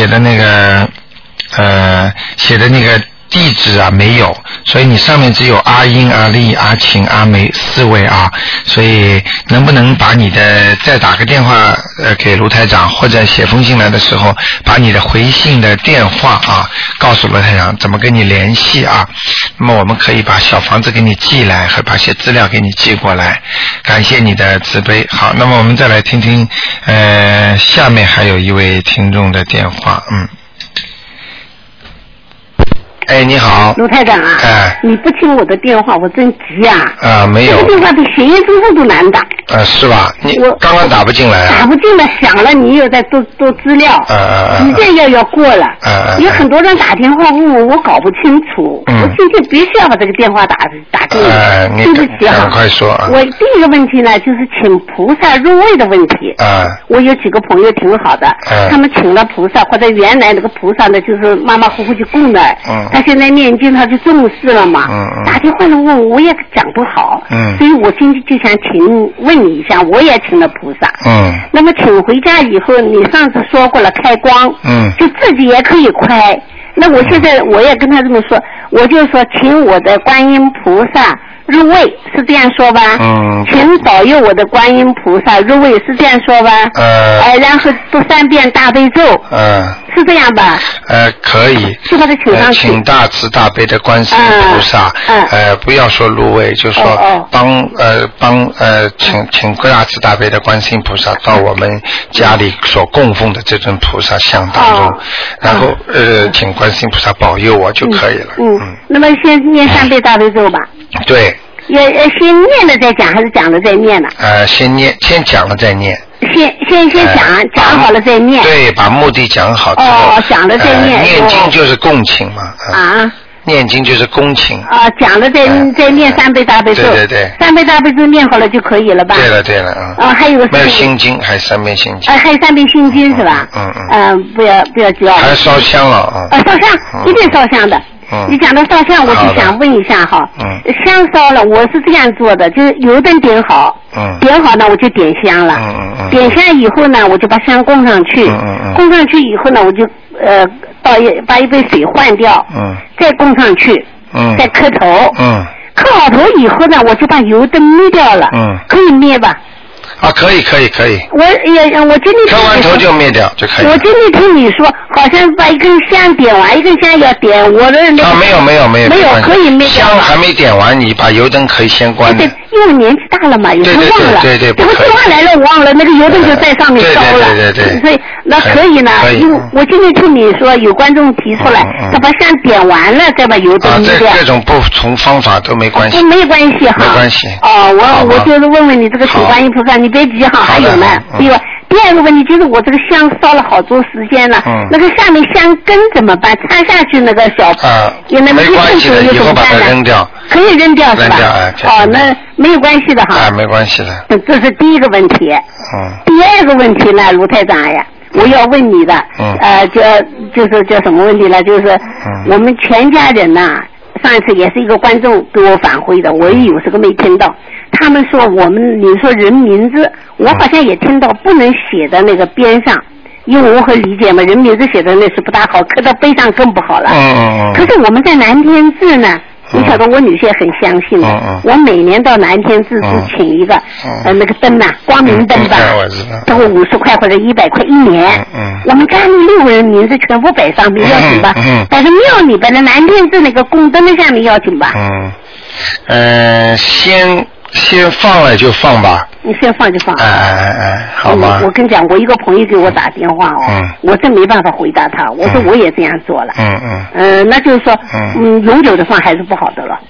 个地址啊没有，所以你上面只有阿英、阿丽、阿晴、阿梅4位啊，所以能不能把你的再打个电话给卢台长，或者写封信来的时候把你的回信的电话啊告诉卢台长，怎么跟你联系啊？那么我们可以把小房子给你寄来，和把些资料给你寄过来，感谢你的慈悲。好，那么我们再来听听下面还有一位听众的电话。哎，你好， 卢台长啊！哎，你不听我的电话，我真急啊！ 没有。这个电话比闲言之后都难打。 是吧？我刚刚打不进来。 打不进来，响了，你又在做资料。你这要过了。有很多人打电话问我，我搞不清楚。我今天必须要把这个电话打进来。对不起哈。 快说啊！ 我第一个问题呢，就是请菩萨入位的问题。我有几个朋友挺好的，他们请了菩萨，或者原来那个菩萨呢，就是马马虎虎就供的。他现在念经，他就重视了嘛。打电话来问我也讲不好。所以我今天就想问你一下，我也请了菩萨。那么请回家以后，你上次说过了开光。就自己也可以开。那我现在我也跟他这么说，我就说请我的观音菩萨入位，是这样说吧？请保佑我的观音菩萨入位，是这样说吧？然后读3遍大悲咒。是这样吧？ 可以。 就把它请上去。 请大慈大悲的观世音菩萨。不要说入位，就说请大慈大悲的观世音菩萨到我们家里所供奉的这尊菩萨像当中，然后请观世音菩萨保佑我就可以了。 那么先念3遍大悲咒吧。 对。 先念了再讲，还是讲了再念呢？ 先讲了再念。 先讲好了再念。 对，把目的讲好之后。 讲了再念。 念经就是共请嘛。 念经就是恭请。 讲了再念3倍大悲咒。 对对对。 3倍大悲咒念好了就可以了吧？ 对了对了还有没有心经，还有3遍心经。 还有3遍心经是吧？不要急啊。 还烧香了啊。 烧香一定烧香的。你讲到烧香，我就想问一下哈，香烧了，我是这样做的，就是油灯点好，点好呢我就点香了，点香以后呢，我就把香供上去，供上去以后呢，我就把一杯水换掉，再供上去，再磕头，磕好头以后呢，我就把油灯灭掉了，可以灭吧？ 可以。 我今天磕完头就灭掉就可以。 我今天听你说，好像把一根香点完，一根香要点，我的那个没有， 可以灭掉。 香还没点完，你把油灯可以先关。 对，因为年纪大了嘛，有时候忘了。 对， 然后电话来了，我忘了，那个油灯就在上面烧了。 对。 所以那可以呢，因为我今天听你说有观众提出来，他把香点完了再把油灯灭掉。 这种不同方法都没关系。 没关系哈。 没关系。 我就是问问你这个请观音菩萨，你别急哈，还有呢。第二个问题就是我这个香烧了好多时间了，那个下面香根怎么办？插下去那个小没关系的，以后把它扔掉。 可以扔掉是吧？那没有关系的哈。 没关系的。 这是第一个问题。第二个问题呢，卢台长呀，我要问你的，就是叫什么问题呢？就是我们全家人呐。上一次也是一个观众给我反馈的，我也有时候没听到。他们说你说人名字，我好像也听到不能写在那个边上，因为我很理解嘛，人名字写的那是不大好，刻到背上更不好了。可是我们在蓝天寺呢，你晓得我女婿很相信的，我每年到蓝天寺是请一个那个灯呐，光明灯吧，都50块或者100块一年。我们家里6个人名字全部摆上面要紧吧？但是庙里边的蓝天寺那个供灯的下面要紧吧？ 先放了就放吧。 你先放就放。 好吧。 我跟你讲，我一个朋友给我打电话我真没办法回答他。我说我也这样做了。那就是说，永久的放还是不好的了。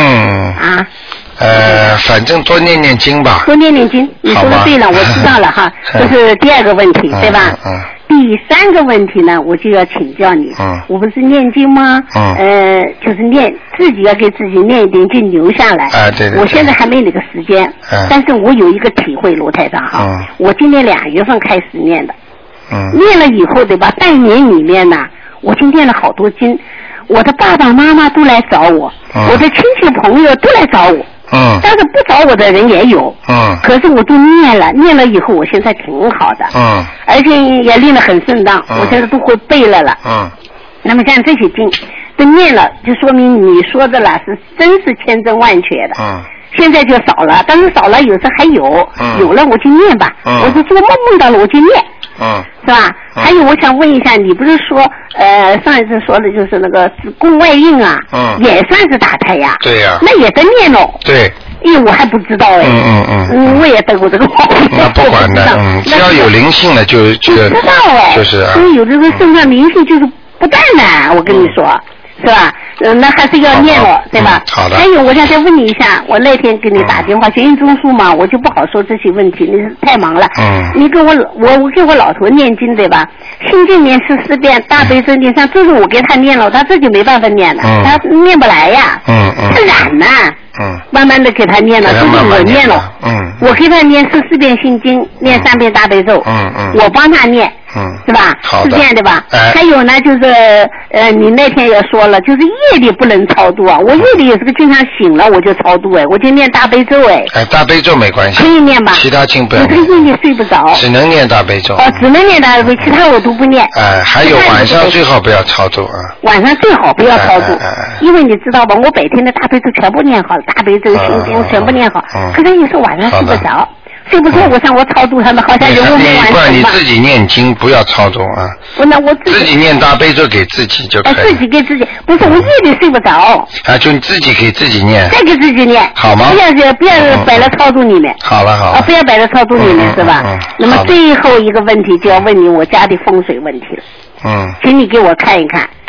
反正多念念经吧。 多念念经，你说的对了，我知道了哈。这是第2个问题，对吧？第3个问题呢，我就要请教你。我不是念经吗？就是自己要给自己念一点经留下来。 对。 我现在还没那个时间。但是我有一个体会，罗台长哈。我今年2月份开始念的。念了以后，对吧？半年里面呢，我就念了好多经。我的爸爸妈妈都来找我，我的亲戚朋友都来找我。但是不找我的人也有。可是我都念了以后，我现在挺好的。而且也练得很顺当，我现在都会背了。那么像这些经都念了，就说明你说的了是真是千真万确的。现在就少了，但是少了有时还有，有了我就念吧。我就做梦梦到了我就念。是吧？还有我想问一下，你不是说上一次说的就是那个子宫外孕啊，也算是打胎呀？ 对呀。 那也得念喽。 对。 我还不知道我也得过这个毛病。 那不管的，只要有灵性的就知道就是所以有的时候身上灵性就是不断的，我跟你说。是吧？那还是要念了，对吧？ 好的。 还有，我想再问你一下，我那天给你打电话，学印中书嘛，我就不好说这些问题，你是太忙了。你给我给我老头念经，对吧？心经念14遍，大悲咒念上，这是我给他念了，他自己没办法念了，他念不来呀。他懒呐。慢慢的给他念了，这是我念了。我给他念14遍心经，念3遍大悲咒。我帮他念。是吧？是这样的吧？还有呢，就是你那天也说了，就是夜里不能超度啊。我夜里也是个经常醒了我就超度我就念大悲咒大悲咒没关系。 可以念吧？ 其他经不要念。 我这个夜里睡不着。 只能念大悲咒。 只能念大悲咒，其他我都不念。 还有晚上最好不要超度啊。 晚上最好不要超度，因为你知道吧，我白天的大悲咒全部念好了，大悲咒、心经全部念好，可是有时候晚上睡不着。睡不着，我想我超度他们，好像任务没完成吧。 你自己念经，不要超度啊。 我自己念大悲咒给自己就可以。 自己给自己，不是我夜里睡不着。 就你自己给自己念。 再给自己念。 好吗？ 不要摆在超度里面。 好了。 不要摆在超度里面是吧？那么最后一个问题就要问你我家的风水问题了。请你给我看一看。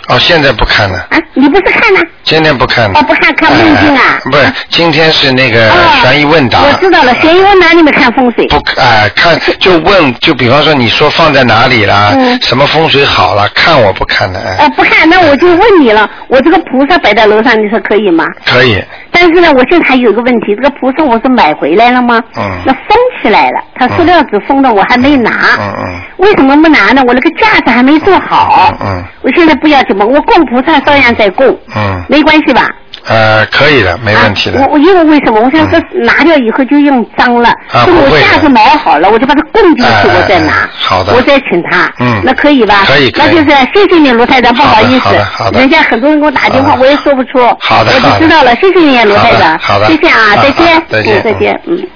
哦，现在不看了。 啊，你不是看了？ 今天不看了。 哦，不看梦境啊？ 不是，今天是那个悬疑问答。 我知道了，悬疑问答你们看风水。 不看就问，就比方说你说放在哪里啦，什么风水好了，看我不看的。 不看，那我就问你了，我这个菩萨摆在楼上，你说可以吗？ 可以。 但是呢，我现在还有一个问题，这个菩萨我是买回来了吗？那封起来了，它塑料纸封的，我还没拿。为什么不拿呢？我那个架子还没做好。我现在不要紧嘛，我供菩萨照样在供。没关系吧？ 可以的，没问题的。 我因为为什么？我想说拿掉以后就用脏了，所以我架子买好了，我就把它供进去，我再拿。 好的。 我再请他。那可以吧？ 可以。 那就是谢谢你，卢台长，不好意思。 好的。 人家很多人给我打电话，我也说不出。 好的。 我就知道了，谢谢你，卢台长。 好的。 谢谢啊，再见。 再见。 再见。